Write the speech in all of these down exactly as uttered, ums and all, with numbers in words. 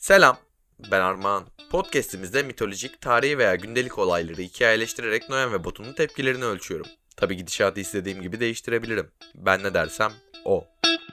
Selam, ben Armağan. Podcast'imizde mitolojik, tarihi veya gündelik olayları hikayeleştirerek Noyan ve Batu'nun tepkilerini ölçüyorum. Tabii gidişatı istediğim gibi değiştirebilirim. Ben ne dersem o.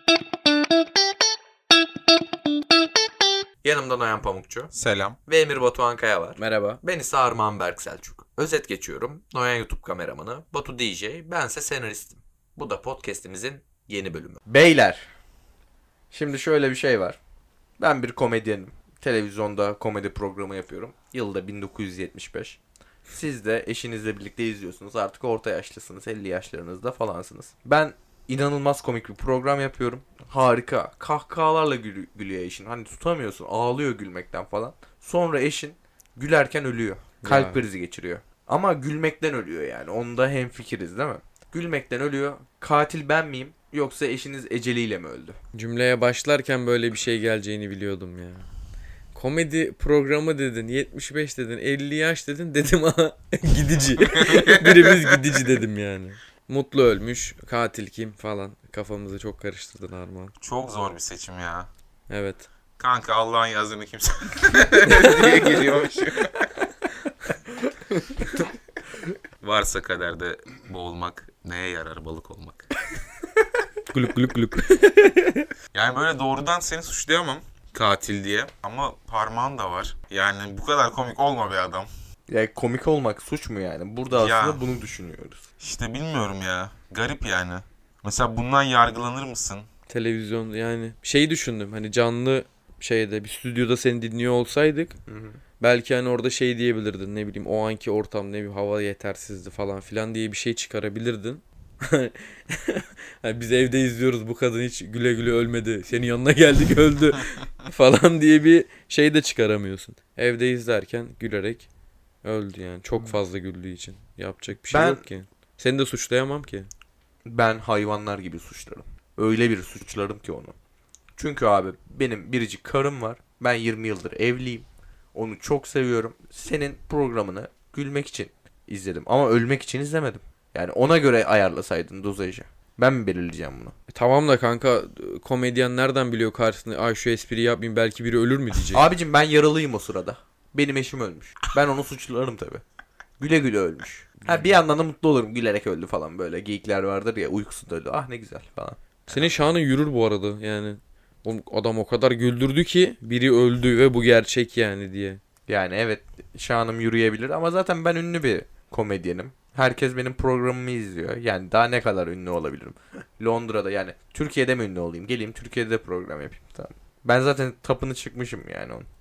Yanımda Noyan Pamukçu Selam. ve Emir Batuhan Kaya var. Merhaba. Ben ise Armağan Berk Selçuk. Özet geçiyorum. Noyan YouTube kameramanı, Batu D J, bense senaristim. Bu da podcast'imizin yeni bölümü. Beyler, şimdi şöyle bir şey var. Ben bir komedyenim. Televizyonda komedi programı yapıyorum. Yılda bin dokuz yüz yetmiş beş. Siz de eşinizle birlikte izliyorsunuz. Artık orta yaşlısınız. elli yaşlarınızda falansınız. Ben inanılmaz komik bir program yapıyorum. Harika. Kahkahalarla gülü- gülüyor eşin. Hani tutamıyorsun. Ağlıyor gülmekten falan. Sonra eşin gülerken ölüyor. Kalp Ya. krizi geçiriyor. Ama gülmekten ölüyor yani. Onda hemfikiriz değil mi? Gülmekten ölüyor. Katil ben miyim? Yoksa eşiniz eceliyle mi öldü? Cümleye başlarken böyle bir şey geleceğini biliyordum ya. Komedi programı dedin, yetmiş beş dedin, elli yaş dedin, dedim aha gidici. Birimiz gidici dedim yani. Mutlu ölmüş, katil kim falan. Kafamızı çok karıştırdın Armağan. Çok zor bir seçim ya. Evet. Kanka Allah'ın yazdığını kimse diye geliyormuş. Varsa kaderde boğulmak, neye yarar balık olmak? Gülük gülük gülük. Yani böyle doğrudan seni suçlayamam katil diye. Ama parmağın da var. Yani bu kadar komik olma be adam. Ya komik olmak suç mu yani? Burada aslında Ya. bunu düşünüyoruz. İşte bilmiyorum ya. Garip yani. Mesela bundan yargılanır mısın? Televizyon yani şeyi düşündüm hani canlı şeyde bir stüdyoda seni dinliyor olsaydık Hı hı. belki hani orada şey diyebilirdin, ne bileyim o anki ortam ne bileyim hava yetersizdi falan filan diye bir şey çıkarabilirdin. Yani biz evde izliyoruz, bu kadın hiç güle güle ölmedi, senin yanına geldik öldü falan diye bir şey de çıkaramıyorsun. Evde izlerken gülerek öldü yani, çok fazla güldüğü için yapacak bir şey Ben- yok ki. Seni de suçlayamam ki. Ben hayvanlar gibi suçlarım. Öyle bir suçlarım ki onu. Çünkü abi benim biricik karım var. Ben yirmi yıldır evliyim. Onu çok seviyorum. Senin programını gülmek için izledim. Ama ölmek için izlemedim. Yani ona göre ayarlasaydın dozajı. Ben mi belirleyeceğim bunu? E tamam da kanka, komedyen nereden biliyor karşısında ay şu espriyi yapmayayım belki biri ölür mü diyecek. Abicim ben yaralıyım o sırada. Benim eşim ölmüş. Ben onu suçlarım tabi. Güle güle ölmüş. Ha bir yandan da mutlu olurum, gülerek öldü falan böyle. Geyikler vardır ya, uykusunda öldü. Ah ne güzel falan. Senin şanın yürür bu arada yani. O adam o kadar güldürdü ki biri öldü ve bu gerçek yani diye. Yani evet, şanım yürüyebilir ama zaten ben ünlü bir komedyenim. Herkes benim programımı izliyor. Yani daha ne kadar ünlü olabilirim? Londra'da, yani Türkiye'de mi ünlü olayım? Geleyim Türkiye'de de program yapayım. Tamam. Ben zaten tapını çıkmışım yani onun.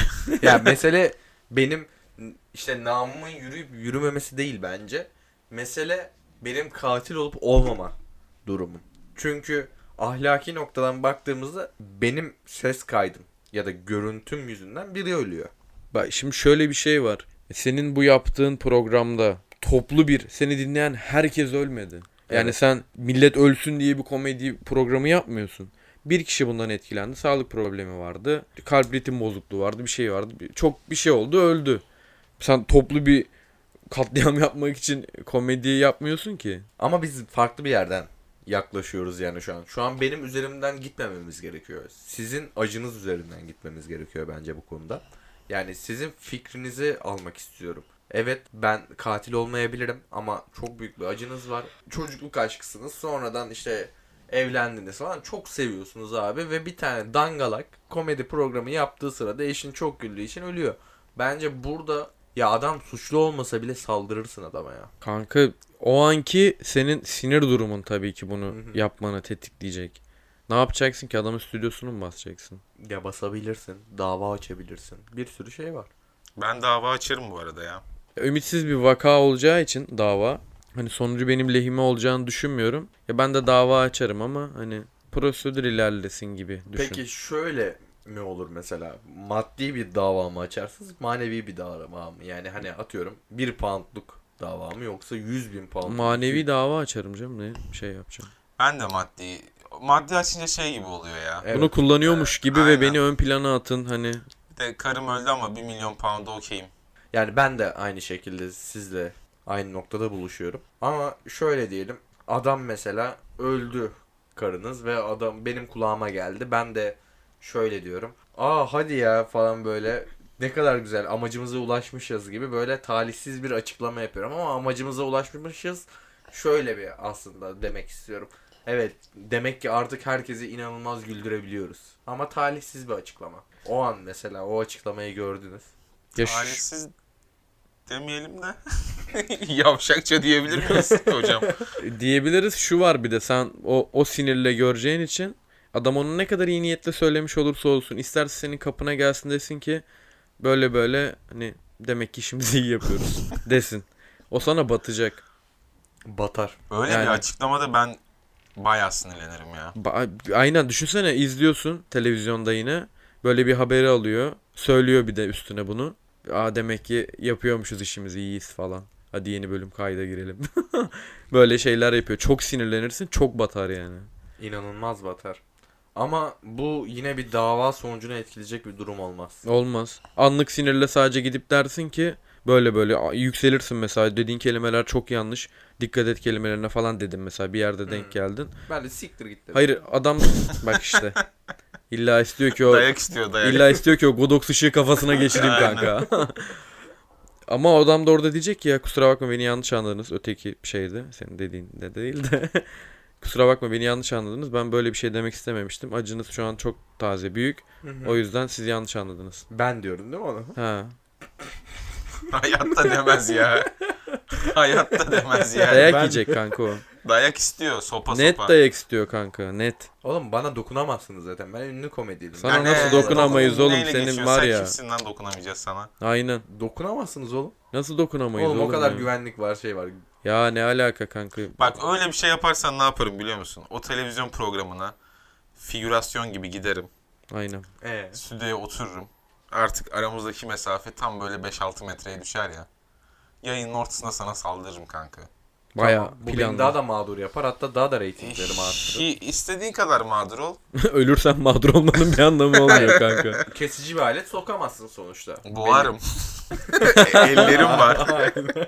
Ya mesele benim işte namımın yürüyüp yürümemesi değil bence. Mesele benim katil olup olmama durumum. Çünkü ahlaki noktadan baktığımızda benim ses kaydım ya da görüntüm yüzünden biri ölüyor. Bak şimdi şöyle bir şey var. Senin bu yaptığın programda toplu bir seni dinleyen herkes ölmedi. Yani Evet. sen millet ölsün diye bir komedi programı yapmıyorsun. Bir kişi bundan etkilendi. Sağlık problemi vardı. Kalp ritim bozukluğu vardı. Bir şey vardı. Bir- Çok bir şey oldu, öldü. Sen toplu bir katliam yapmak için komedi yapmıyorsun ki. Ama biz farklı bir yerden yaklaşıyoruz yani şu an. Şu an benim üzerimden gitmememiz gerekiyor. Sizin acınız üzerinden gitmemiz gerekiyor bence bu konuda. Yani sizin fikrinizi almak istiyorum. Evet, ben katil olmayabilirim ama çok büyük bir acınız var. Çocukluk aşkısınız. Sonradan işte evlendiniz falan. Çok seviyorsunuz abi ve bir tane dangalak komedi programı yaptığı sırada eşin çok güldüğü için ölüyor. Bence burada ya adam suçlu olmasa bile saldırırsın adama ya. Kanka o anki senin sinir durumun tabii ki bunu Hı hı. yapmanı tetikleyecek. Ne yapacaksın ki, adamın stüdyosunu mu basacaksın? Ya basabilirsin, dava açabilirsin. Bir sürü şey var. Ben dava açarım bu arada ya. Ümitsiz bir vaka olacağı için dava, hani sonucu benim lehime olacağını düşünmüyorum. Ya ben de dava açarım ama hani prosedür ilerlesin gibi düşün. Peki şöyle mi olur mesela? Maddi bir dava mı açarsınız, manevi bir dava mı? Yani hani atıyorum bir poundluk dava mı yoksa yüz bin pound? Manevi dava açarım canım, ne şey yapacağım. Ben de maddi. Maddi açınca şey gibi oluyor ya. Evet. Bunu kullanıyormuş gibi ve Aynen. beni ön plana atın hani. Bir de karım öldü ama bir milyon pound'a okeyim. Yani ben de aynı şekilde sizle aynı noktada buluşuyorum. Ama şöyle diyelim. Adam mesela öldü karınız ve adam benim kulağıma geldi. Ben de şöyle diyorum. aa hadi ya falan böyle ne kadar güzel amacımıza ulaşmışız gibi böyle talihsiz bir açıklama yapıyorum ama amacımıza ulaşmışız şöyle bir aslında demek istiyorum. Evet, demek ki artık herkesi inanılmaz güldürebiliyoruz. Ama talihsiz bir açıklama. O an mesela o açıklamayı gördünüz. Ya şu- Talihsiz demeyelim de yavşakça diyebilir miyiz hocam? diyebiliriz, şu var bir de sen o, o sinirle göreceğin için adam onu ne kadar iyi niyetle söylemiş olursa olsun isterse senin kapına gelsin desin ki böyle böyle hani demek ki işimizi iyi yapıyoruz desin. O sana batacak. Batar. Öyle Yani- bir açıklamada ben bayağı sinirlenirim ya. Ba- Aynen, düşünsene izliyorsun televizyonda yine böyle bir haberi alıyor, söylüyor bir de üstüne bunu. Aa, demek ki yapıyormuşuz işimizi, iyiyiz falan. Hadi yeni bölüm kayda girelim. Böyle şeyler yapıyor. Çok sinirlenirsin, çok batar yani. İnanılmaz batar. Ama bu yine bir dava sonucunu etkileyecek bir durum olmaz. Olmaz. Anlık sinirle sadece gidip dersin ki böyle böyle a- yükselirsin mesela, dediğin kelimeler çok yanlış. Dikkat et kelimelerine falan dedim mesela, bir yerde denk Hmm. geldin. Ben de siktir git dedim. Hayır adam bak işte. İlla istiyor ki o Dayak istiyor dayak. illa istiyor ki o Godox ışığı kafasına geçireyim Aynen. kanka. Ama o adam da orada diyecek ki ya kusura bakma beni yanlış anladınız. Öteki şeydi, senin dediğin de değil de. Kusura bakma beni yanlış anladınız. Ben böyle bir şey demek istememiştim. Acınız şu an çok taze, büyük. Hı hı. O yüzden siz yanlış anladınız. Ben diyorum değil mi onu? Ha. Hayatta demez ya. Hayatta demez ya. Dayak ben- yiyecek kanka o. Dayak istiyor sopa Net sopa. dayak istiyor kanka, net. Oğlum bana dokunamazsınız zaten. Ben ünlü komedyenim. Sana Yani nasıl dokunamayız dokun- oğlum, neyle senin geçiyor? var Sen ya. kimsin lan dokunamayacağız sana? Aynen. Dokunamazsınız oğlum. Nasıl dokunamayız Oğlum oğlum, o kadar ya? güvenlik var, şey var. Ya ne alaka kanka? Bak öyle bir şey yaparsan ne yaparım biliyor musun? O televizyon programına figürasyon gibi giderim. Aynen. Ee, Stüdyoya otururum. Artık aramızdaki mesafe tam böyle beş altı metreye düşer ya. Yayının ortasında sana saldırırım kanka. Baya tamam. Bu beni planlı. daha da mağdur yapar. Hatta daha da reytinglerimi arttırır. Hi- İstediğin kadar mağdur ol. Ölürsen mağdur olmanın bir anlamı olmuyor kanka. Kesici bir alet sokamazsın sonuçta. Boğarım. Ellerim var. Aynen.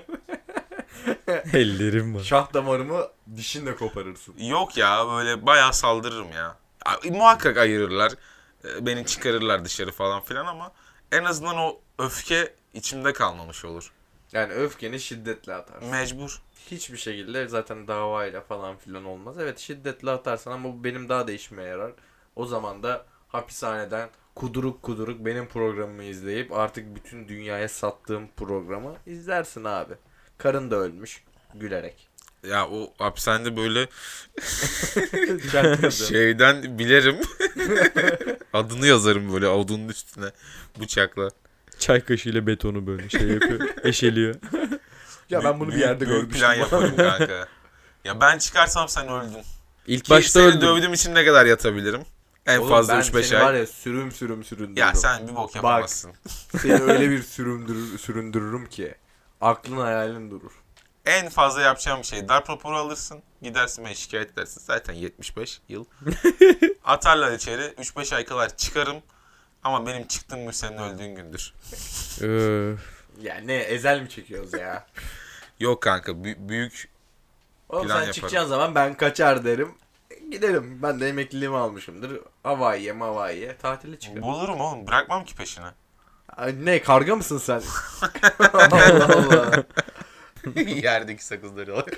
Ellerim var. Şah damarımı dişinle koparırsın. Yok ya böyle bayağı saldırırım ya. Ya, muhakkak ayırırlar. e, Beni çıkarırlar dışarı falan filan ama en azından o öfke içimde kalmamış olur. Yani öfkeni şiddetle atarsın. Mecbur. Hiçbir şekilde zaten davayla falan filan olmaz. Evet, şiddetle atarsan ama bu benim daha da işime yarar. O zaman da hapishaneden kuduruk kuduruk benim programımı izleyip artık bütün dünyaya sattığım programı izlersin abi. Karın da ölmüş gülerek. Ya o hapishanede böyle Çaktırdım. şeyden bilirim. Adını yazarım böyle avlunun üstüne bıçakla. Çay kaşığıyla betonu böyle şey yapıyor. Eşeliyor. Ya ben bunu bir Büyük- yerde büyük görmüştüm. plan yaparım kanka. Ya ben çıkarsam sen öldün. İlk Ki başta seni öldüm. dövdüğüm için ne kadar yatabilirim? En Oğlum fazla ben üç beş seni ay. var ya sürüm sürüm süründürürüm. Ya sen bir bok yapamazsın. Seni öyle bir süründürür, süründürürüm ki aklın hayalin durur. En fazla yapacağım bir şey. Darp raporu alırsın. Gidersin beni şikayet edersin. Zaten yetmiş beş yıl. Atarlar içeri. üç beş ay kadar çıkarım. Ama benim çıktığım gün senin öldüğün gündür. Öf. Ya ne ezel mi çekiyoruz ya? Yok kanka. bü- büyük Oğlum Plan sen yaparım. çıkacağın zaman ben kaçar derim. Giderim. Ben de emekliliğimi almışımdır. Havaiye mavaiye tatile çıkarım. bulurum oğlum. Bırakmam ki peşine. Ay, ne karga mısın sen? Allah Allah. Yerdeki sakızları alır.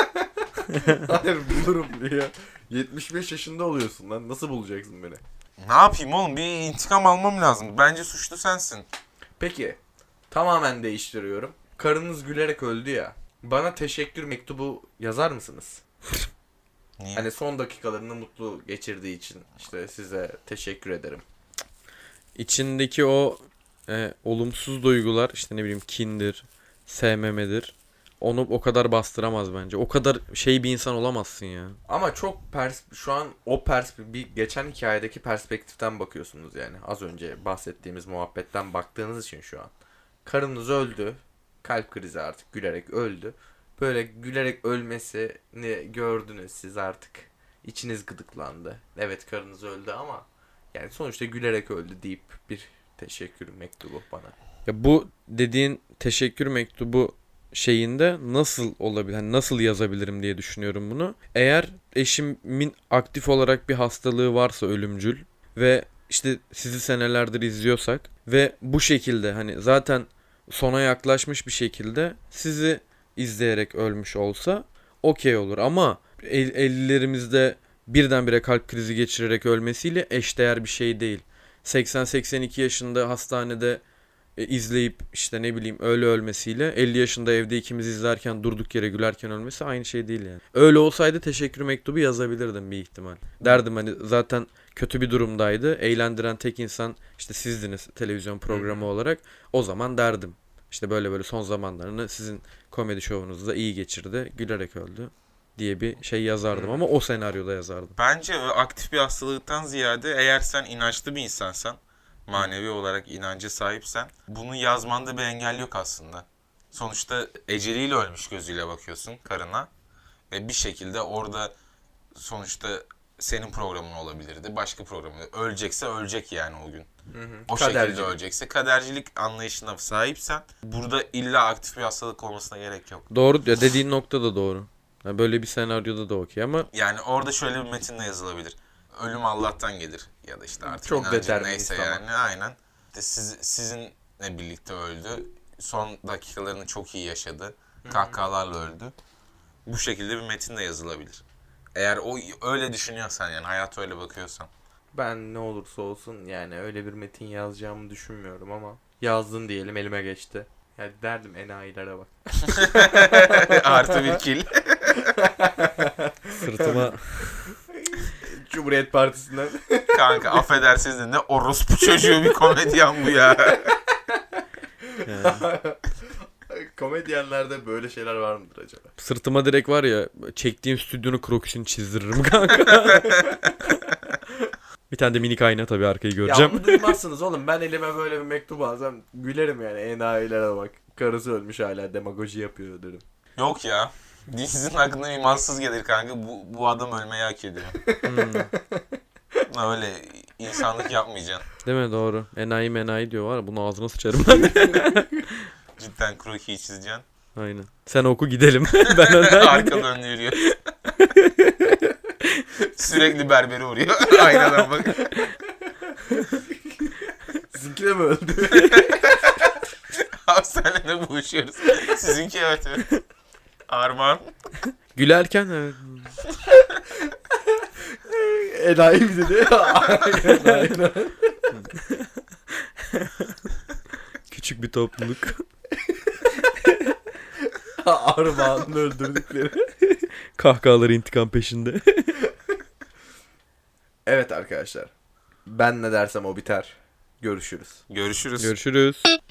Hayır bulurum diye. yetmiş beş yaşında oluyorsun lan. Nasıl bulacaksın beni? Ne yapayım oğlum? Bir intikam almam lazım. Bence suçlu sensin. Peki. Tamamen değiştiriyorum. Karınız gülerek öldü ya. Bana teşekkür mektubu yazar mısınız? Niye? Hani son dakikalarını mutlu geçirdiği için işte size teşekkür ederim. İçindeki o e, olumsuz duygular, işte ne bileyim kindir, sevmemedir. Onu o kadar bastıramaz bence. O kadar şey bir insan olamazsın ya. Ama çok pers şu an o pers bir geçen hikayedeki perspektiften bakıyorsunuz yani. Az önce bahsettiğimiz muhabbetten baktığınız için şu an. Karınız öldü. Kalp krizi artık gülerek öldü. Böyle gülerek ölmesini gördünüz siz artık. İçiniz gıdıklandı. Evet karınız öldü ama yani sonuçta gülerek öldü deyip bir teşekkür mektubu bana. Ya bu dediğin teşekkür mektubu şeyinde nasıl olabilir? Hani nasıl yazabilirim diye düşünüyorum bunu. Eğer eşimin aktif olarak bir hastalığı varsa ölümcül ve işte sizi senelerdir izliyorsak ve bu şekilde hani zaten sona yaklaşmış bir şekilde sizi izleyerek ölmüş olsa okey olur ama el- ellilerimizde birdenbire kalp krizi geçirerek ölmesiyle eşdeğer bir şey değil. seksen seksen iki yaşında hastanede e, izleyip işte ne bileyim öyle ölmesiyle elli yaşında evde ikimiz izlerken durduk yere gülerken ölmesi aynı şey değil yani. Öyle olsaydı teşekkür mektubu yazabilirdim bir ihtimal. Derdim hani zaten kötü bir durumdaydı. Eğlendiren tek insan işte sizdiniz televizyon programı olarak. O zaman derdim. İşte böyle böyle son zamanlarını sizin komedi şovunuzda iyi geçirdi. Gülerek öldü diye bir şey yazardım ama o senaryoda yazardım. Bence o aktif bir hastalıktan ziyade eğer sen inançlı bir insansan, manevi olarak inancı sahipsen bunu yazmanda bir engel yok aslında. Sonuçta eceliyle ölmüş gözüyle bakıyorsun karına ve bir şekilde orada sonuçta senin programın olabilirdi, başka programın. Ölecekse ölecek yani o gün. Hı hı. O Kadercilik. şekilde ölecekse kadercilik anlayışına sahipsen burada illa aktif bir hastalık olmasına gerek yok. Doğru ya, dediğin nokta da doğru. Yani böyle bir senaryoda da okey ama Yani orada şöyle bir metinle yazılabilir. Ölüm Allah'tan gelir ya da işte artık Çok inancın determinist neyse ama. yani aynen. İşte siz, sizinle birlikte öldü. Son dakikalarını çok iyi yaşadı. Kahkahalarla öldü. Bu şekilde bir metin de yazılabilir. Eğer o öyle düşünüyorsan yani hayata öyle bakıyorsan. Ben ne olursa olsun yani öyle bir metin yazacağımı düşünmüyorum ama yazdın diyelim, elime geçti. Yani derdim enayilere bak. Artı bir kill. sırtıma Cumhuriyet Partisi'nden. Kanka affedersiniz de ne orospu çocuğu bir komedyen bu ya. yani, Komedyenlerde böyle şeyler var mıdır acaba? sırtıma direkt var ya çektiğim stüdyonun krokisini çizdiririm kanka. Bir tane de minik ayna tabii arkayı Ya göreceğim. bunu duymazsınız oğlum. Ben elime böyle bir mektup alsam gülerim yani. Enayilere bak. Karısı ölmüş hala demagoji yapıyor derim. Yok ya. Sizin aklına imansız gelir kanka. Bu, bu adam ölmeyi hak ediyor. Hmm. Öyle insanlık yapmayacaksın. Değil mi? Doğru. Enayi menayi diyor var ya, bunu ağzına sıçarım ben. Cidden krokiyi çizeceksin. Aynen. Sen oku gidelim. ben önden Arka döndü yürüyor. Sürekli berberi vuruyor. Aynadan bak. Sizinki de mi öldü? Hastanede buluşuyoruz. Sizinki evet evet. Armağan. gülerken evet. Enayi mi dedi? Aynen aynen. Küçük bir topluluk. Armağan'ın öldürdükleri. Kahkahaları intikam peşinde. Evet arkadaşlar. Ben ne dersem o biter. Görüşürüz. Görüşürüz. Görüşürüz.